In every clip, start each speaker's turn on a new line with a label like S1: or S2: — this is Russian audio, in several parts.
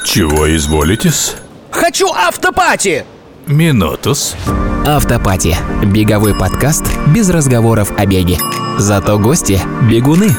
S1: Чего изволитесь?
S2: Хочу автопати!
S1: Минутус.
S3: Автопати. Беговой подкаст без разговоров о беге. Зато гости – бегуны.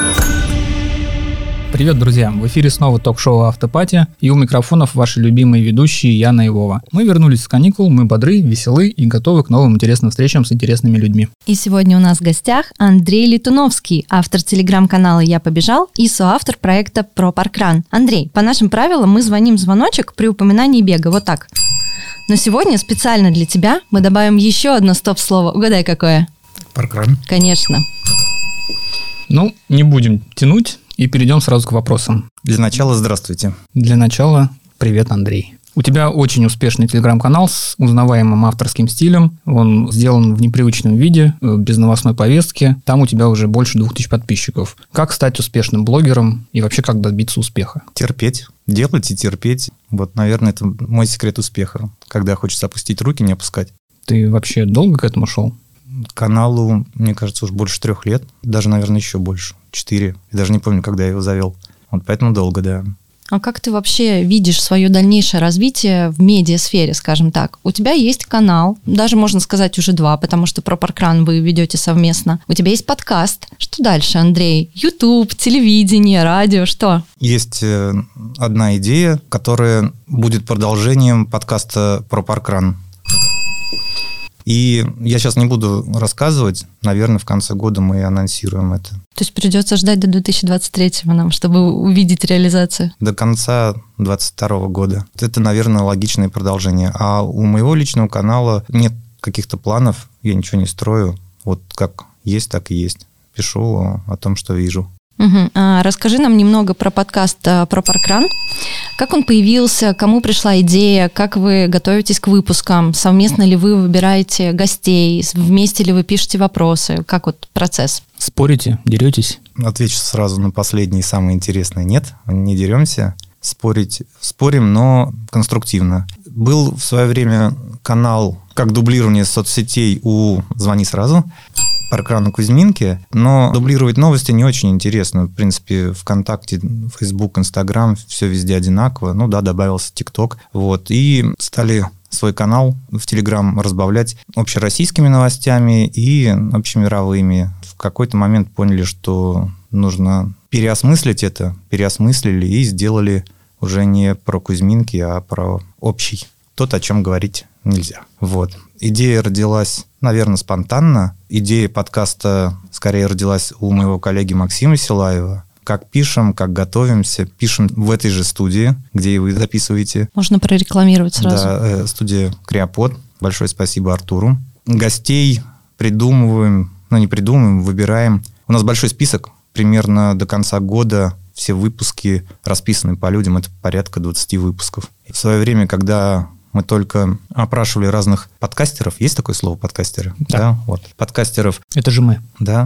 S4: Привет, друзья! В эфире снова ток-шоу «Автопати», и у микрофонов ваши любимые ведущие Яна и Вова. Мы вернулись с каникул, мы бодры, веселы и готовы к новым интересным встречам с интересными людьми.
S5: И сегодня у нас в гостях Андрей Летуновский, автор телеграм-канала «Я побежал» и соавтор проекта про паркран. Андрей, по нашим правилам мы звоним в звоночек при упоминании бега, вот так. Но сегодня специально для тебя мы добавим еще одно стоп-слово. Угадай, какое?
S6: Паркран.
S5: Конечно.
S4: Ну, не будем тянуть и перейдем сразу к вопросам.
S6: Для начала здравствуйте.
S4: Для начала привет, Андрей. У тебя очень успешный телеграм-канал с узнаваемым авторским стилем. Он сделан в непривычном виде, без новостной повестки. Там у тебя уже больше 2000 подписчиков. Как стать успешным блогером и вообще как добиться успеха?
S6: Терпеть. Делать и терпеть. Вот, наверное, это мой секрет успеха. Когда хочется опустить руки, не опускать.
S4: Ты вообще долго к этому шел?
S6: Каналу, мне кажется, уже больше 3 лет. Даже, наверное, еще больше. 4. Я даже не помню, когда я его завел. Вот поэтому долго, да.
S5: А как ты вообще видишь свое дальнейшее развитие в медиасфере, скажем так? У тебя есть канал, даже можно сказать уже 2, потому что про паркран вы ведете совместно. У тебя есть подкаст. Что дальше, Андрей? YouTube, телевидение, радио, что?
S6: Есть одна идея, которая будет продолжением подкаста про паркран. И я сейчас не буду рассказывать. Наверное, в конце года мы анонсируем это.
S5: То есть придется ждать до 2023-го нам, чтобы увидеть реализацию?
S6: До конца 2022 года. Это, наверное, логичное продолжение. А у моего личного канала нет каких-то планов. Я ничего не строю. Вот как есть, так и есть. Пишу о том, что вижу.
S5: Угу. Расскажи нам немного про подкаст про паркран. Как он появился, кому пришла идея, как вы готовитесь к выпускам, совместно ли вы выбираете гостей, вместе ли вы пишете вопросы, как вот процесс?
S4: Спорите, деретесь?
S6: Отвечу сразу на последнее, самое интересное. Нет, не деремся, спорим, но конструктивно. Был в свое время канал как дублирование соцсетей у «Звони сразу», паркрана Кузьминки, но дублировать новости не очень интересно. В принципе, ВКонтакте, Фейсбук, Инстаграм, все везде одинаково. Ну да, добавился ТикТок. Вот. И стали свой канал в Телеграм разбавлять общероссийскими новостями и общемировыми. В какой-то момент поняли, что нужно переосмыслить это. Переосмыслили и сделали уже не про Кузьминки, а про общий. Тот, о чем говорить нельзя. Вот. Идея родилась, наверное, спонтанно. Идея подкаста скорее родилась у моего коллеги Максима Силаева. Как пишем, как готовимся. Пишем в этой же студии, где и вы записываете.
S5: Можно прорекламировать сразу.
S6: Да, студия «Криопод». Большое спасибо Артуру. Гостей придумываем, выбираем. У нас большой список. Примерно до конца года все выпуски расписаны по людям. Это порядка 20 выпусков. В свое время, когда мы только опрашивали разных подкастеров. Есть такое слово подкастеры?
S4: Да.
S6: Вот. Подкастеров.
S4: Это же мы.
S6: Да.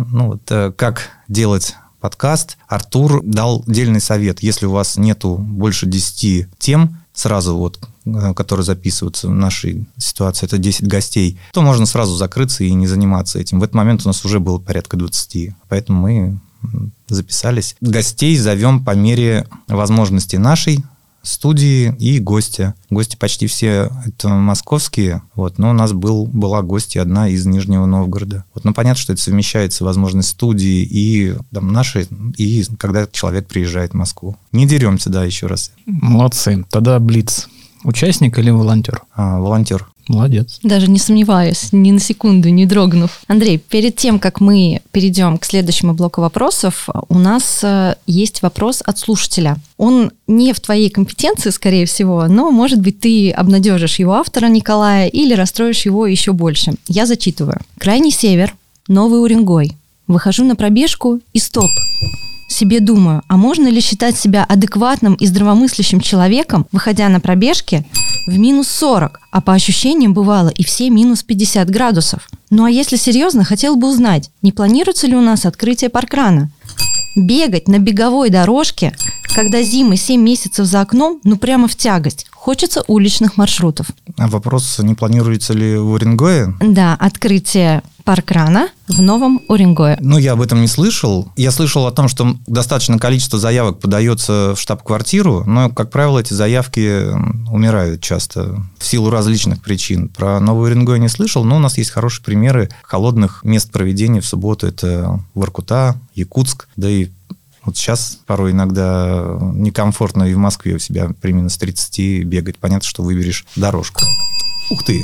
S6: Как делать подкаст? Артур дал дельный совет. Если у вас нету больше 10 тем, сразу которые записываются в нашей ситуации, это 10 гостей, то можно сразу закрыться и не заниматься этим. В этот момент у нас уже было порядка 20. Поэтому мы записались. Гостей зовем по мере возможности нашей студии и гостя. Гости почти все это московские, но у нас была гостья одна из Нижнего Новгорода. Понятно, что это совмещается возможность студии и нашей, и когда человек приезжает в Москву. Не деремся, да, еще раз.
S4: Молодцы. Тогда блиц. Участник или волонтер?
S6: Волонтер.
S4: Молодец.
S5: Даже не сомневаюсь, ни на секунду не дрогнув. Андрей, перед тем, как мы перейдем к следующему блоку вопросов, у нас есть вопрос от слушателя. Он не в твоей компетенции, скорее всего, но, может быть, ты обнадежишь его автора Николая или расстроишь его еще больше. Я зачитываю. Крайний север, Новый Уренгой. Выхожу на пробежку и стоп. Себе думаю, а можно ли считать себя адекватным и здравомыслящим человеком, выходя на пробежки в минус 40, а по ощущениям бывало и все минус 50 градусов? Ну а если серьезно, хотел бы узнать, не планируется ли у нас открытие паркрана? Бегать на беговой дорожке, Когда зимы 7 месяцев за окном, ну прямо в тягость. Хочется уличных маршрутов.
S6: А вопрос, не планируется ли в Уренгое?
S5: Да, открытие паркрана в Новом Уренгое.
S6: Ну, я об этом не слышал. Я слышал о том, что достаточное количество заявок подается в штаб-квартиру, но, как правило, эти заявки умирают часто в силу различных причин. Про Новый Уренгой не слышал, но у нас есть хорошие примеры холодных мест проведения в субботу. Это Воркута, Якутск, да и вот сейчас порой иногда некомфортно и в Москве у себя примерно с 30 бегать. Понятно, что выберешь дорожку. Ух ты!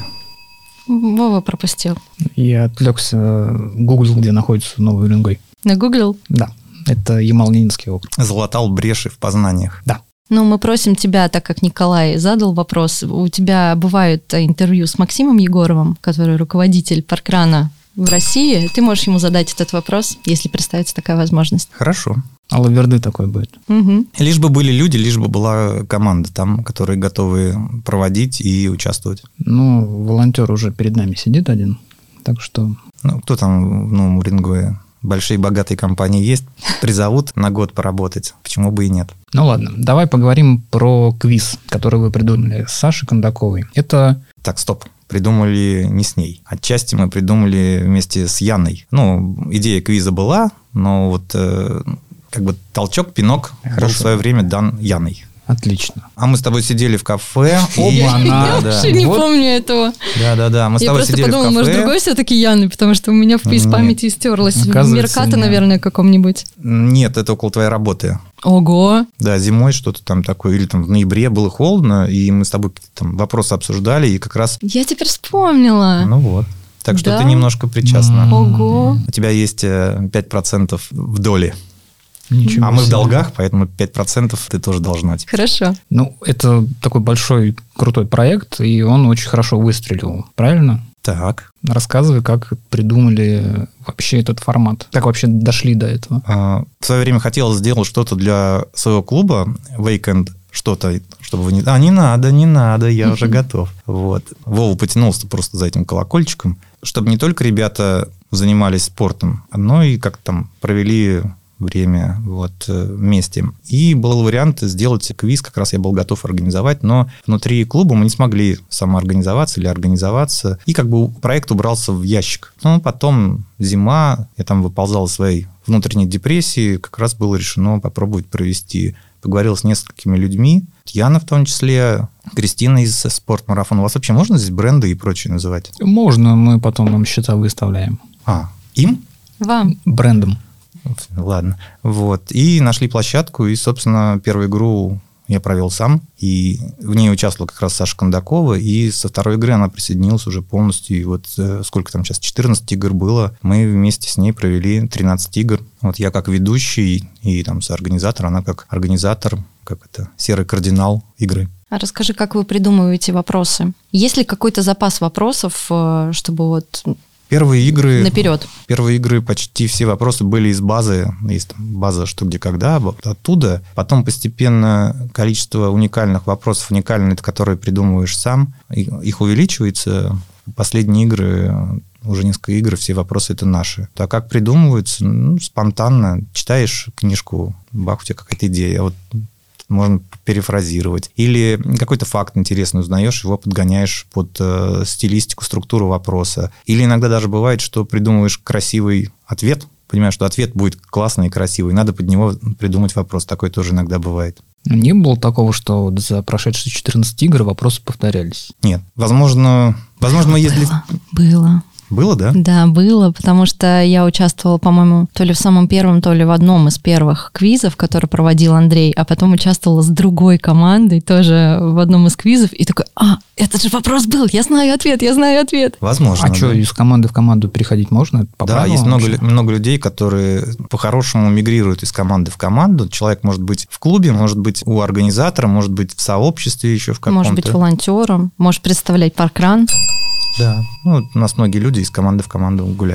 S5: Вова пропустил.
S4: Я отвлекся, гуглил, где находится Новый Уренгой.
S5: Нагуглил?
S4: Да, это Ямал-Ненецкий округ.
S6: Залатал бреши в познаниях.
S4: Да.
S5: Ну, мы просим тебя, так как Николай задал вопрос, у тебя бывают интервью с Максимом Егоровым, который руководитель паркрана в России. Ты можешь ему задать этот вопрос, если представится такая возможность.
S6: Хорошо.
S4: А Лаверды такой будет.
S5: Угу.
S6: Лишь бы были люди, лишь бы была команда там, которые готовы проводить и участвовать.
S4: Ну, волонтер уже перед нами сидит один, так что...
S6: Ну, кто там в Новом Уренгое? Большие богатые компании есть, призовут на год поработать. Почему бы и нет?
S4: Ну ладно, давай поговорим про квиз, который вы придумали с Сашей Кондаковой. Это...
S6: Так, стоп. Придумали не с ней. Отчасти мы придумали вместе с Яной. Ну, идея квиза была, но вот как бы толчок, пинок был в свое время дан Яной.
S4: Отлично.
S6: А мы с тобой сидели в кафе.
S5: Я вообще не помню этого.
S6: Да. Мы с
S5: Я
S6: тобой
S5: просто
S6: сидели
S5: подумала,
S6: в кафе.
S5: может, другой все-таки Яны, потому что у меня из памяти стерлась. В
S4: Оказывается,
S5: Меркато,
S4: нет.
S5: наверное, каком-нибудь.
S6: Нет, это около твоей работы.
S5: Ого!
S6: Да, зимой что-то там такое, или там в ноябре было холодно, и мы с тобой там вопросы обсуждали, и как раз...
S5: Я теперь вспомнила.
S6: Ну вот. Так что
S5: Да?
S6: ты немножко причастна.
S5: Ого!
S6: У тебя есть 5% в доле.
S4: Ничего
S6: А мы в
S4: себе.
S6: долгах, поэтому 5% ты тоже должна.
S5: Хорошо.
S4: Ну, это такой большой, крутой проект, и он очень хорошо выстрелил, правильно?
S6: Так.
S4: Рассказывай, как придумали вообще этот формат. Как вообще дошли до этого?
S6: В свое время хотел сделать что-то для своего клуба, Weekend, что-то, чтобы вы не... не надо, я уже готов. Вот. Вова потянулся просто за этим колокольчиком, чтобы не только ребята занимались спортом, но и как там провели время вот вместе. И был вариант сделать квиз, как раз я был готов организовать, но внутри клуба мы не смогли самоорганизоваться или организоваться, и как бы проект убрался в ящик. Но потом зима, я там выползал из своей внутренней депрессии, как раз было решено попробовать провести. Поговорил с несколькими людьми, Яна в том числе, Кристина из Спортмарафона. У вас вообще можно здесь бренды и прочее называть?
S4: Можно, мы потом вам счета выставляем.
S6: Им?
S5: Вам.
S4: Брендом.
S6: Ладно. Вот. И нашли площадку, и, собственно, первую игру я провел сам, и в ней участвовала как раз Саша Кондакова, и со второй игры она присоединилась уже полностью, и вот сколько там сейчас, 14 игр было, мы вместе с ней провели 13 игр. Вот я как ведущий и там соорганизатор, она как организатор, как это, серый кардинал игры.
S5: А расскажи, как вы придумываете вопросы? Есть ли какой-то запас вопросов, чтобы вот
S6: Первые игры почти все вопросы были из базы. Есть там база «Что, где, когда», оттуда. Потом постепенно количество уникальных вопросов, которые придумываешь сам, их увеличивается. Последние игры, уже несколько игр, все вопросы это наши. А как придумываются? Спонтанно. Читаешь книжку, бах, у тебя какая-то идея. Вот можно перефразировать. Или какой-то факт интересный узнаешь, его подгоняешь под стилистику, структуру вопроса. Или иногда даже бывает, что придумываешь красивый ответ, понимаешь, что ответ будет классный и красивый, надо под него придумать вопрос. Такое тоже иногда бывает.
S4: Не было такого, что вот за прошедшие 14 игр вопросы повторялись?
S6: Нет. Возможно, если...
S5: Было.
S6: Было, да?
S5: Да, было, потому что я участвовала, по-моему, то ли в самом первом, то ли в одном из первых квизов, который проводил Андрей, а потом участвовала с другой командой тоже в одном из квизов, и такой, этот же вопрос был, я знаю ответ.
S6: Возможно.
S4: А что, из команды в команду переходить можно?
S6: Да, есть много людей, которые по-хорошему мигрируют из команды в команду. Человек может быть в клубе, может быть у организатора, может быть в сообществе еще в каком-то.
S5: Может быть волонтером, может представлять паркран.
S6: Да, у нас многие люди из команды в команду гуляют.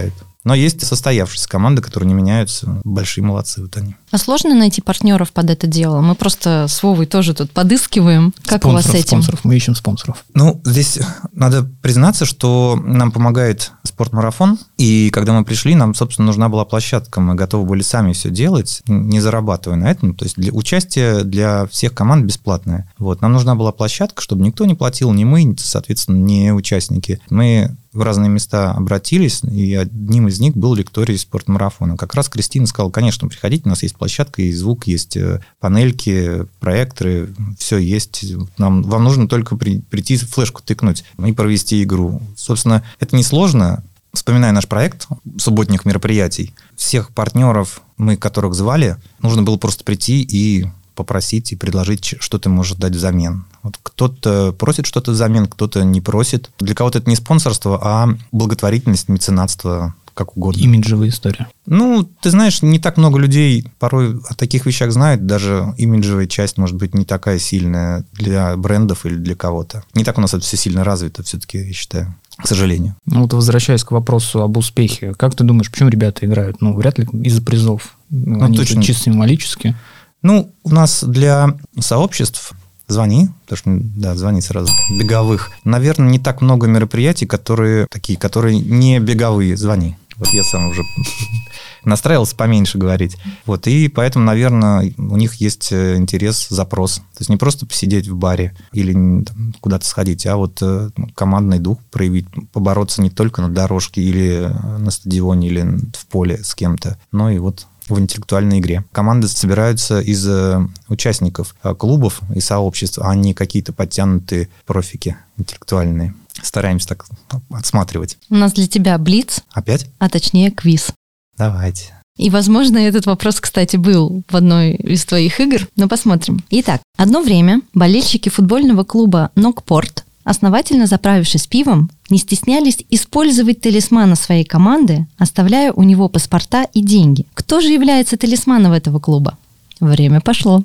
S6: Но есть состоявшиеся команды, которые не меняются. Большие молодцы вот они.
S5: А сложно найти партнеров под это дело? Мы просто с Вовой тоже тут подыскиваем. Как у вас с этим?
S4: Мы ищем спонсоров.
S6: Ну, здесь надо признаться, что нам помогает спортмарафон. И когда мы пришли, нам, собственно, нужна была площадка. Мы готовы были сами все делать, не зарабатывая на этом. То есть участие для всех команд бесплатное. Вот. Нам нужна была площадка, чтобы никто не платил, ни мы, соответственно, не участники. Мы в разные места обратились, и одним из них был лекторий спортмарафона. Как раз Кристина сказала: конечно, приходите, у нас есть площадка, есть звук, есть панельки, проекторы, все есть. Вам нужно только прийти, флешку тыкнуть и провести игру. Собственно, это несложно. Вспоминая наш проект субботних мероприятий, всех партнеров, которых звали, нужно было просто прийти и попросить и предложить, что ты можешь дать взамен. Вот кто-то просит что-то взамен, кто-то не просит. Для кого-то это не спонсорство, а благотворительность, меценатство, как угодно.
S4: Имиджевая история.
S6: Ну, ты знаешь, не так много людей порой о таких вещах знают. Даже имиджевая часть может быть не такая сильная для брендов или для кого-то. Не так у нас это все сильно развито все-таки, я считаю. К сожалению.
S4: Ну, вот возвращаясь к вопросу об успехе, как ты думаешь, почему ребята играют? Ну, вряд ли из-за призов. Они точно чисто символически.
S6: Ну, у нас для сообществ звони сразу, беговых. Наверное, не так много мероприятий, которые не беговые, звони. Вот я сам уже настраивался поменьше говорить. Вот, и поэтому, наверное, у них есть интерес, запрос. То есть не просто посидеть в баре или там, куда-то сходить, а вот командный дух проявить, побороться не только на дорожке или на стадионе, или в поле с кем-то, но и вот в интеллектуальной игре. Команды собираются из участников клубов и сообществ, а не какие-то подтянутые профики интеллектуальные. Стараемся так отсматривать.
S5: У нас для тебя блиц.
S6: Опять?
S5: А точнее квиз.
S6: Давайте.
S5: И, возможно, этот вопрос, кстати, был в одной из твоих игр, но посмотрим. Итак, одно время болельщики футбольного клуба «Нокпорт», основательно заправившись пивом, не стеснялись использовать талисмана своей команды, оставляя у него паспорта и деньги. Кто же является талисманом этого клуба? Время пошло.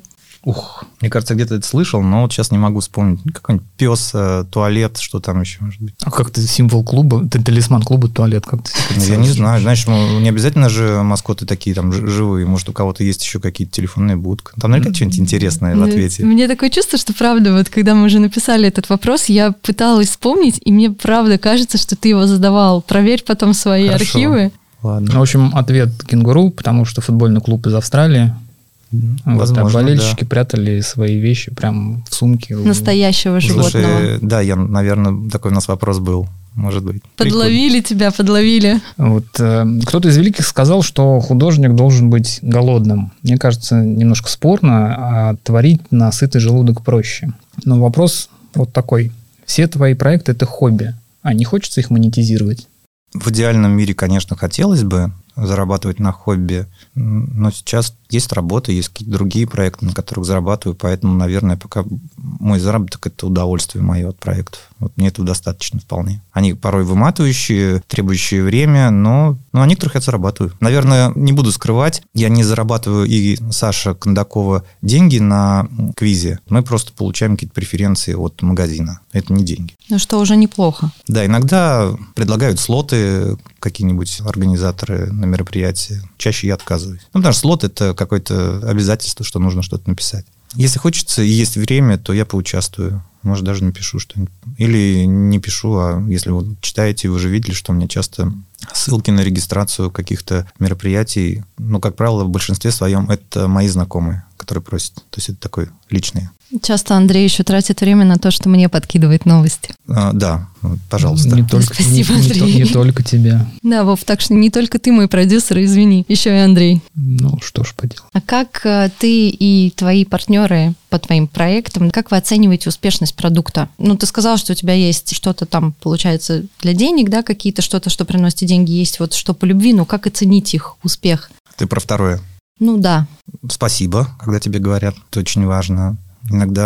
S6: Мне кажется, где-то это слышал, но вот сейчас не могу вспомнить. Какой-нибудь пес, туалет, что там еще может быть.
S4: А как ты символ клуба, ты талисман клуба, туалет? Как ты
S6: я не знаю. Знаешь, не обязательно же маскоты такие там живые. Может, у кого-то есть еще какие-то телефонные будки. Там наверняка что-нибудь интересное в ответе.
S5: У меня такое чувство, что правда, вот когда мы уже написали этот вопрос, я пыталась вспомнить, и мне правда кажется, что ты его задавал. Проверь потом свои архивы.
S6: Ладно.
S4: В общем, ответ кенгуру, потому что футбольный клуб из Австралии. Возможно, болельщики прятали свои вещи прям в сумке.
S5: Настоящего животного.
S6: Слушай, да, наверное, такой у нас вопрос был. Может быть.
S5: Подловили тебя, подловили.
S4: Вот кто-то из великих сказал, что художник должен быть голодным. Мне кажется, немножко спорно, а творить на сытый желудок проще. Но вопрос вот такой. Все твои проекты – это хобби, а не хочется их монетизировать?
S6: В идеальном мире, конечно, хотелось бы зарабатывать на хобби, но сейчас есть работа, есть какие-то другие проекты, на которых зарабатываю, поэтому, наверное, пока мой заработок – это удовольствие мое от проектов. Вот мне этого достаточно вполне. Они порой выматывающие, требующие время, но на некоторых я зарабатываю. Наверное, не буду скрывать, я не зарабатываю и Саша Кондакова деньги на квизе. Мы просто получаем какие-то преференции от магазина. Это не деньги.
S5: Ну что, уже неплохо.
S6: Да, иногда предлагают слоты какие-нибудь организаторы на мероприятии. Чаще я отказываюсь. Ну, потому что слот – это какое-то обязательство, что нужно что-то написать. Если хочется и есть время, то я поучаствую. Может, даже напишу что-нибудь. Или не пишу, а если вы читаете, вы уже видели, что у меня часто ссылки на регистрацию каких-то мероприятий, ну, как правило, в большинстве своем это мои знакомые, которые просят. То есть это такое личное.
S5: Часто Андрей еще тратит время на то, что мне подкидывает новости.
S6: Да, пожалуйста.
S5: Спасибо, Андрей.
S4: Не только тебя.
S5: Да, Вов, так что не только ты мой продюсер, извини, еще и Андрей.
S4: Ну, что ж поделать.
S5: А как ты и твои партнеры по твоим проектам, как вы оцениваете успешность продукта? Ну, ты сказал, что у тебя есть что-то там, получается, для денег, да, какие-то что-то, что приносит деньги, есть вот что по любви, но как оценить их успех?
S6: Ты про второе?
S5: Ну, да.
S6: Спасибо, когда тебе говорят, это очень важно. Иногда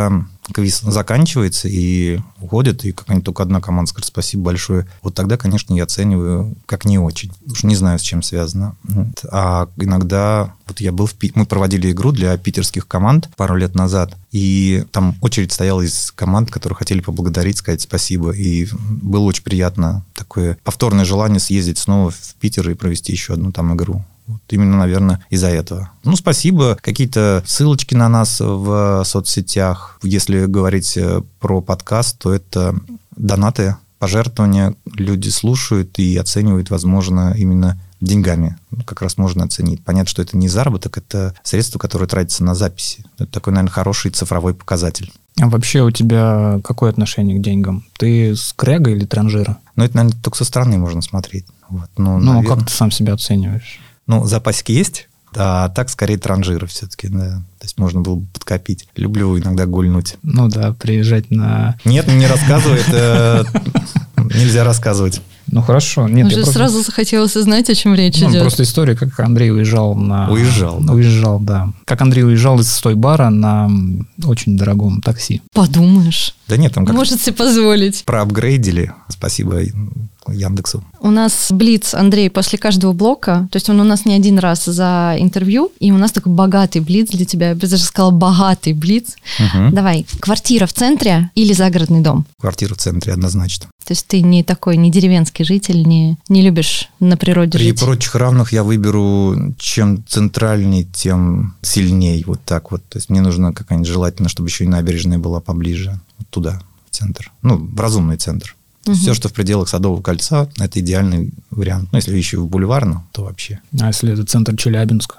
S6: квиз заканчивается и уходит, и какая-нибудь только одна команда скажет спасибо большое, вот тогда, конечно, я оцениваю как не очень. Уж не знаю, с чем связано. Вот. А иногда, вот я был мы проводили игру для питерских команд пару лет назад, и там очередь стояла из команд, которые хотели поблагодарить, сказать спасибо, и было очень приятно такое повторное желание съездить снова в Питер и провести еще одну там игру. Вот именно, наверное, из-за этого. Ну, спасибо. Какие-то ссылочки на нас в соцсетях. Если говорить про подкаст, то это донаты, пожертвования. Люди слушают и оценивают, возможно, именно деньгами. Как раз можно оценить. Понятно, что это не заработок, это средства, которые тратятся на записи. Это такой, наверное, хороший цифровой показатель.
S4: А вообще у тебя какое отношение к деньгам? Ты скряга или транжира?
S6: Ну, это, наверное, только со стороны можно смотреть. Вот.
S4: Ну,
S6: наверное...
S4: как ты сам себя оцениваешь?
S6: Ну, запасики есть, а так скорее транжиры все-таки, да. То есть можно было бы подкопить. Люблю иногда гульнуть.
S4: Ну да, приезжать на...
S6: Нет, не рассказывай, это нельзя рассказывать.
S4: Ну хорошо. Нет,
S5: уже сразу захотелось узнать, о чем речь идет.
S4: Просто история, как Андрей уезжал на...
S6: Уезжал,
S4: да. Как Андрей уезжал из той бара на очень дорогом такси.
S5: Подумаешь.
S6: Да нет, там как...
S5: Может себе позволить.
S6: Проапгрейдили. Спасибо Яндексу.
S5: У нас блиц, Андрей, после каждого блока, то есть он у нас не один раз за интервью, и у нас такой богатый блиц для тебя, я бы даже сказала, богатый блиц.
S6: Угу.
S5: Давай, квартира в центре или загородный дом?
S6: Квартира в центре, однозначно.
S5: То есть ты не такой, не деревенский житель, не любишь на природе жить?
S6: При прочих равных я выберу, чем центральней, тем сильней, вот так вот. То есть мне нужно какая-нибудь, желательно, чтобы еще и набережная была поближе, вот туда, в центр. Ну, в разумный центр. Все, что в пределах Садового кольца, это идеальный вариант. Ну, если еще в Бульварном, то вообще.
S4: А если это центр Челябинска?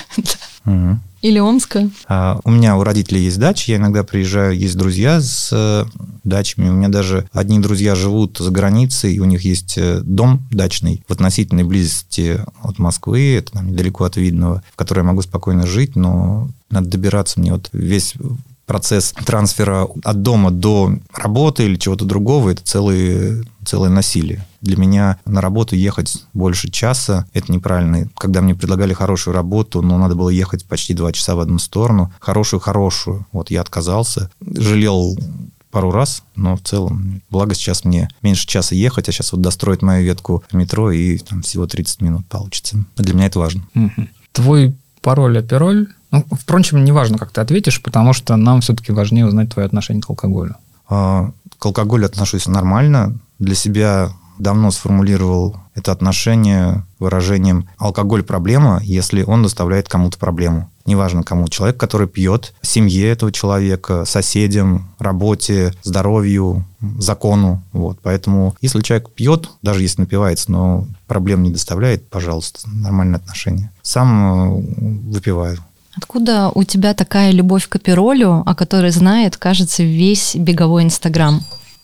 S5: Или Омска?
S6: У меня у родителей есть дача, я иногда приезжаю, есть друзья с дачами. У меня даже одни друзья живут за границей, и у них есть дом дачный в относительной близости от Москвы, это там недалеко от Видного, в котором я могу спокойно жить, но надо добираться мне вот весь... Процесс трансфера от дома до работы или чего-то другого – это целое насилие. Для меня на работу ехать больше часа – это неправильно. Когда мне предлагали хорошую работу, но надо было ехать почти 2 часа в одну сторону. Хорошую. Вот я отказался. Жалел пару раз, но в целом, благо сейчас мне меньше часа ехать, а сейчас вот достроить мою ветку метро, и там всего 30 минут получится. Для меня это важно.
S4: Твой пароль-апероль? Ну, впрочем, неважно, как ты ответишь, потому что нам все-таки важнее узнать твое отношение к алкоголю.
S6: К алкоголю отношусь нормально. Для себя давно сформулировал это отношение выражением «алкоголь – проблема, если он доставляет кому-то проблему». Неважно кому. Человек, который пьет, семье этого человека, соседям, работе, здоровью, закону. Вот. Поэтому, если человек пьет, даже если напивается, но проблем не доставляет, пожалуйста, нормальное отношение. Сам выпиваю.
S5: Откуда у тебя такая любовь к аперолю, о которой знает, кажется, весь беговой Инстаграм?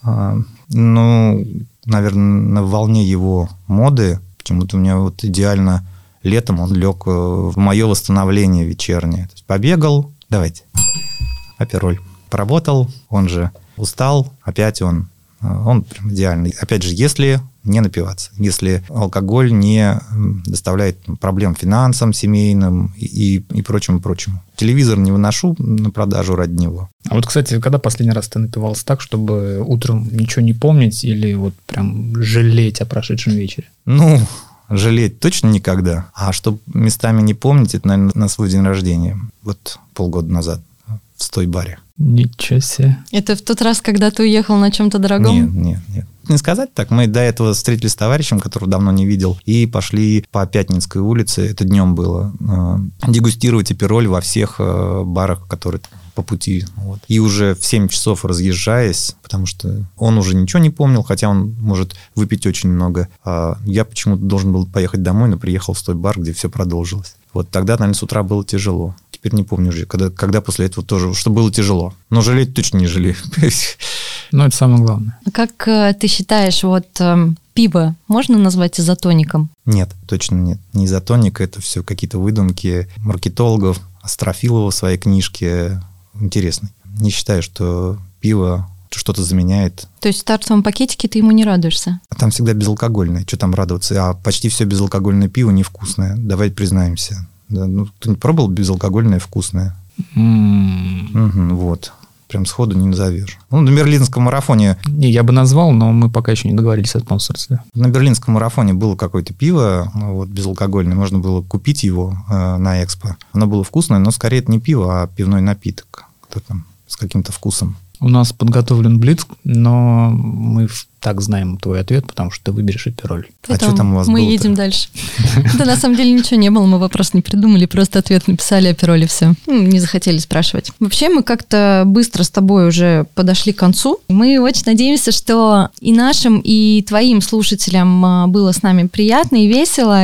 S6: Ну, наверное, на волне его моды. Почему-то у меня вот идеально летом он лег в мое восстановление вечернее. То есть побегал, давайте, апероль. Поработал, он же устал, опять он прям идеальный. Опять же, если не напиваться, если алкоголь не доставляет проблем финансам, семейным и прочему. Телевизор не выношу на продажу ради него.
S4: А вот, кстати, когда последний раз ты напивался так, чтобы утром ничего не помнить или вот прям жалеть о прошедшем вечере?
S6: Ну, жалеть точно никогда. А чтобы местами не помнить, это, наверное, на свой день рождения. Вот полгода назад в Стой-баре.
S4: Ничего себе.
S5: Это в тот раз, когда ты уехал на чем-то дорогом?
S6: Нет. Не сказать так. Мы до этого встретились с товарищем, которого давно не видел, и пошли по Пятницкой улице, это днем было, дегустировать апероль во всех барах, которые по пути. Вот. И уже в 7 часов разъезжаясь, потому что он уже ничего не помнил, хотя он может выпить очень много. А я почему-то должен был поехать домой, но приехал в той бар, где все продолжилось. Вот тогда, наверное, с утра было тяжело. Теперь не помню уже, когда после этого тоже, что было тяжело. Но жалеть точно не жалею.
S4: Ну, это самое главное.
S5: Как ты считаешь, вот пиво можно назвать изотоником?
S6: Нет, точно нет. Не изотоник, это все какие-то выдумки маркетологов, Астрофилова в своей книжке. Интересный. Не считаю, что пиво что-то заменяет.
S5: То есть в стартовом пакетике ты ему не радуешься?
S6: А там всегда безалкогольное. Что там радоваться? А почти все безалкогольное пиво невкусное. Давай признаемся. Да, ну, ты не пробовал безалкогольное вкусное?
S4: Mm.
S6: Угу, вот. прям сходу не назовешь. Ну, на Берлинском марафоне...
S4: Не, я бы назвал, но мы пока еще не договорились о спонсорстве.
S6: На Берлинском марафоне было какое-то пиво, вот, безалкогольное, можно было купить его на Экспо. Оно было вкусное, но скорее это не пиво, а пивной напиток. Кто там с каким-то вкусом.
S4: У нас подготовлен блиц, но мы так знаем твой ответ, потому что ты выберешь эпироль.
S6: А что там у вас было?
S5: Мы едем дальше. Да, на самом деле ничего не было, мы вопрос не придумали, просто ответ написали, апероль и все. Не захотели спрашивать. Вообще мы как-то быстро с тобой уже подошли к концу. Мы очень надеемся, что и нашим, и твоим слушателям было с нами приятно и весело,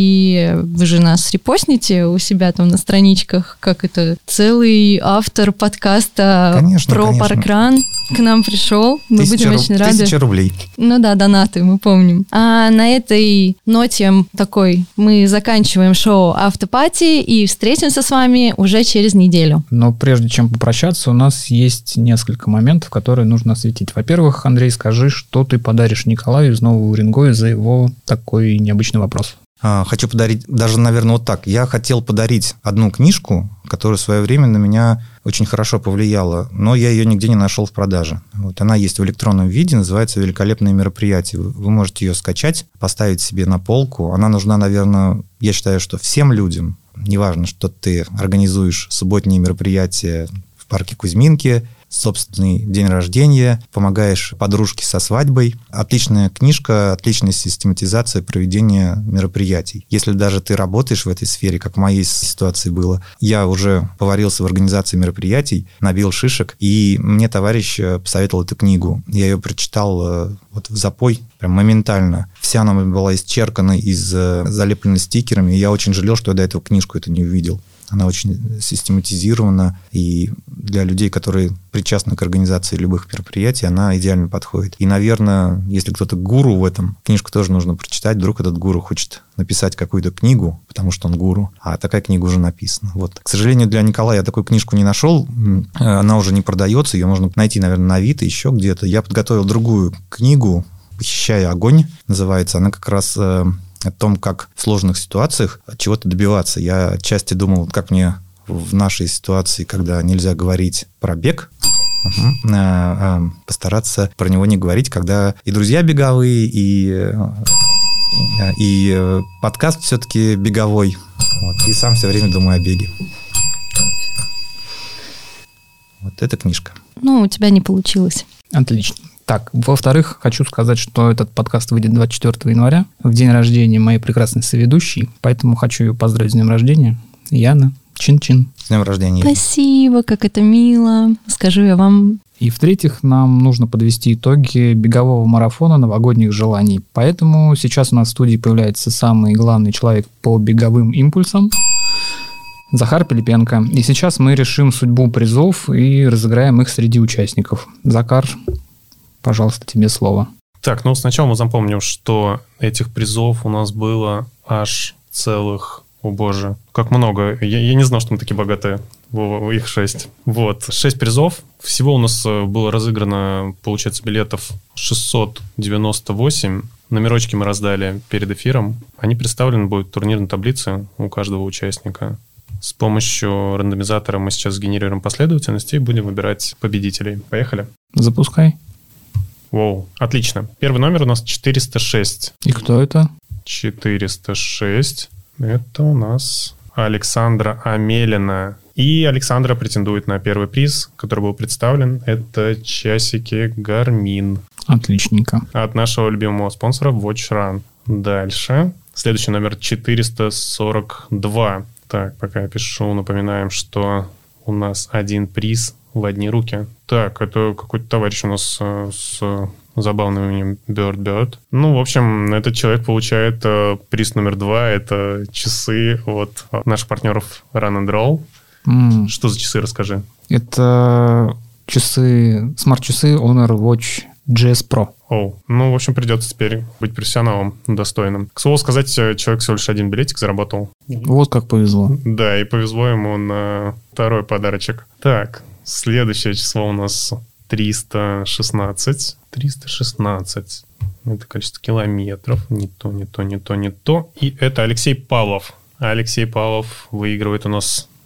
S5: и вы же нас репостните у себя там на страничках, как это, целый автор подкаста про паркран к нам пришел. Мы будем очень рады.
S6: 1000 рублей.
S5: Ну да, донаты, мы помним. А на этой ноте такой мы заканчиваем шоу «Автопати» и встретимся с вами уже через неделю.
S4: Но прежде чем попрощаться, у нас есть несколько моментов, которые нужно осветить. Во-первых, Андрей, скажи, что ты подаришь Николаю из Нового Уренгоя за его такой необычный вопрос.
S6: Хочу подарить, даже, наверное, вот так. Я хотел подарить одну книжку, которая в свое время на меня очень хорошо повлияла, но я ее нигде не нашел в продаже. Вот она есть в электронном виде, называется «Великолепные мероприятия». Вы можете ее скачать, поставить себе на полку. Она нужна, наверное, я считаю, что всем людям. Неважно, что ты организуешь субботние мероприятия в парке Кузьминки, собственный день рождения, помогаешь подружке со свадьбой. Отличная книжка, отличная систематизация проведения мероприятий. Если даже ты работаешь в этой сфере, как в моей ситуации было, я уже поварился в организации мероприятий, набил шишек, и мне товарищ посоветовал эту книгу. Я ее прочитал вот в запой, прям моментально. Вся она была исчеркана, залеплена стикерами, и я очень жалел, что я до этого книжку эту не увидел. Она очень систематизирована, и для людей, которые причастны к организации любых мероприятий, она идеально подходит. И, наверное, если кто-то гуру в этом, книжку тоже нужно прочитать. Вдруг этот гуру хочет написать какую-то книгу, потому что он гуру, а такая книга уже написана. Вот. К сожалению, для Николая я такую книжку не нашел. Она уже не продается, ее можно найти, наверное, на Авито, еще где-то. Я подготовил другую книгу «Похищая огонь», называется. Она как раз... о том, как в сложных ситуациях чего-то добиваться. Я отчасти думал, как мне в нашей ситуации, когда нельзя говорить про бег, постараться про него не говорить, когда и друзья беговые, и подкаст все-таки беговой. Вот, и сам все время думаю о беге. Вот эта книжка.
S5: Ну, у тебя не получилось.
S4: Отлично. Так, во-вторых, хочу сказать, что этот подкаст выйдет 24 января, в день рождения моей прекрасной соведущей, поэтому хочу ее поздравить с днем рождения. Яна, чин-чин.
S6: С днем рождения.
S5: Спасибо, как это мило. Скажу я вам.
S4: И в-третьих, нам нужно подвести итоги бегового марафона новогодних желаний. Поэтому сейчас у нас в студии появляется самый главный человек по беговым импульсам, Захар Пилипенко. И сейчас мы решим судьбу призов и разыграем их среди участников. Захар, пожалуйста, тебе слово.
S7: Так, ну сначала мы запомним, что этих призов у нас было аж целых, о боже, как много. Я не знал, что мы такие богатые. Их 6. Вот, 6 призов. Всего у нас было разыграно, получается, билетов 698. Номерочки мы раздали перед эфиром. Они представлены будут в турнирной таблице у каждого участника. С помощью рандомизатора мы сейчас сгенерируем последовательности и будем выбирать победителей. Поехали?
S4: Запускай.
S7: Воу, отлично. Первый номер у нас 406.
S4: И кто это?
S7: 406. Это у нас Александра Амелина. И Александра претендует на первый приз, который был представлен. Это часики Garmin.
S4: Отличненько.
S7: От нашего любимого спонсора Watch Run. Дальше. Следующий номер 442. Так, пока я пишу, напоминаем, что у нас один приз в одни руки. Так, это какой-то товарищ у нас с забавным именем Bird. Ну, в общем, этот человек получает приз номер 2. Это часы от наших партнеров Run and Roll. Что за часы, расскажи.
S4: Это часы, смарт-часы Honor Watch GS Pro.
S7: Ну, в общем, придется теперь быть профессионалом достойным. К слову сказать, человек всего лишь один билетик заработал.
S4: Вот как повезло.
S7: Да, и повезло ему на второй подарочек. Так, следующее число у нас 316. 316. Это количество километров. Не то. И это Алексей Павлов. Алексей Павлов выигрывает у нас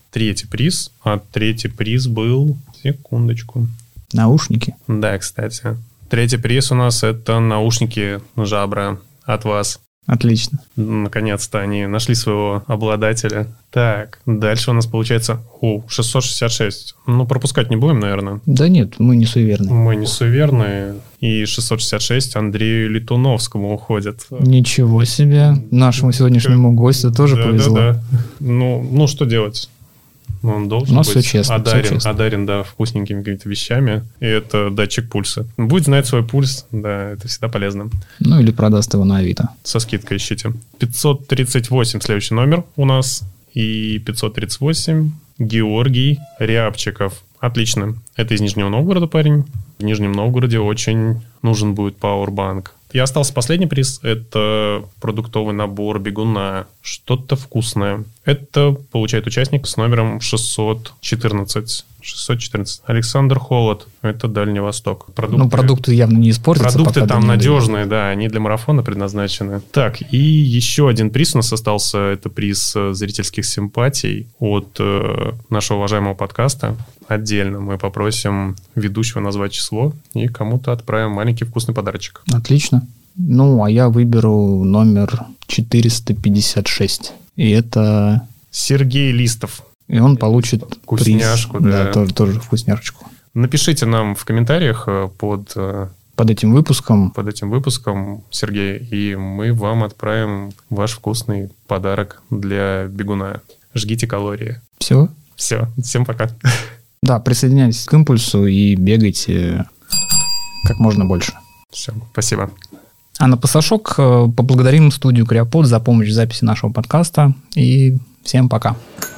S7: третий приз. А третий приз был... Секундочку.
S4: Наушники.
S7: Да, кстати. Третий приз у нас — это наушники Жабра от вас.
S4: Отлично.
S7: Наконец-то они нашли своего обладателя. Так, дальше у нас получается 666. Ну, пропускать не будем, наверное.
S4: Да нет, мы не суеверны.
S7: Мы не суеверные. И 666 Андрею Летуновскому уходит.
S4: Ничего себе. Нашему сегодняшнему гостю тоже повезло.
S7: Да. Ну, что делать? Он должен
S4: У нас
S7: быть
S4: все честно,
S7: одарен, да, вкусненькими какими-то вещами. И это датчик пульса. Будет знать свой пульс, да, это всегда полезно.
S4: Ну, или продаст его на Авито.
S7: Со скидкой ищите. 538 следующий номер у нас. И 538 Георгий Рябчиков. Отлично. Это из Нижнего Новгорода парень. В Нижнем Новгороде очень нужен будет пауэрбанк. И остался последний приз. Это продуктовый набор бегуна. Что-то вкусное. Это получает участник с номером 614. Александр Холод. Это Дальний Восток.
S4: Продукты явно не испортятся.
S7: Продукты там надежные, да. Они для марафона предназначены. Так, и еще один приз у нас остался. Это приз зрительских симпатий от нашего уважаемого подкаста. Отдельно мы попросим ведущего назвать число и кому-то отправим маленький вкусный подарочек.
S4: Отлично. Ну, а я выберу номер 456. И это...
S7: Сергей Листов.
S4: И он получит
S7: вкусняшку,
S4: приз.
S7: да.
S4: Тоже вкусняшечку.
S7: Напишите нам в комментариях под
S4: этим выпуском,
S7: Сергей, и мы вам отправим ваш вкусный подарок для бегуна. Жгите калории.
S4: Все?
S7: Все. Всем пока.
S4: Да, присоединяйтесь к импульсу и бегайте как можно больше.
S7: Все, спасибо.
S4: А на пасашок поблагодарим студию Криопод за помощь в записи нашего подкаста. И всем пока.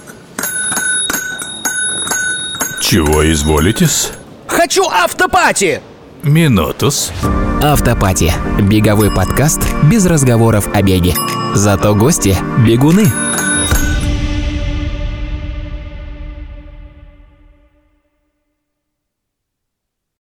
S1: Чего изволитесь?
S2: Хочу автопати!
S1: Минутус.
S3: Автопати. Беговой подкаст без разговоров о беге. Зато гости – бегуны.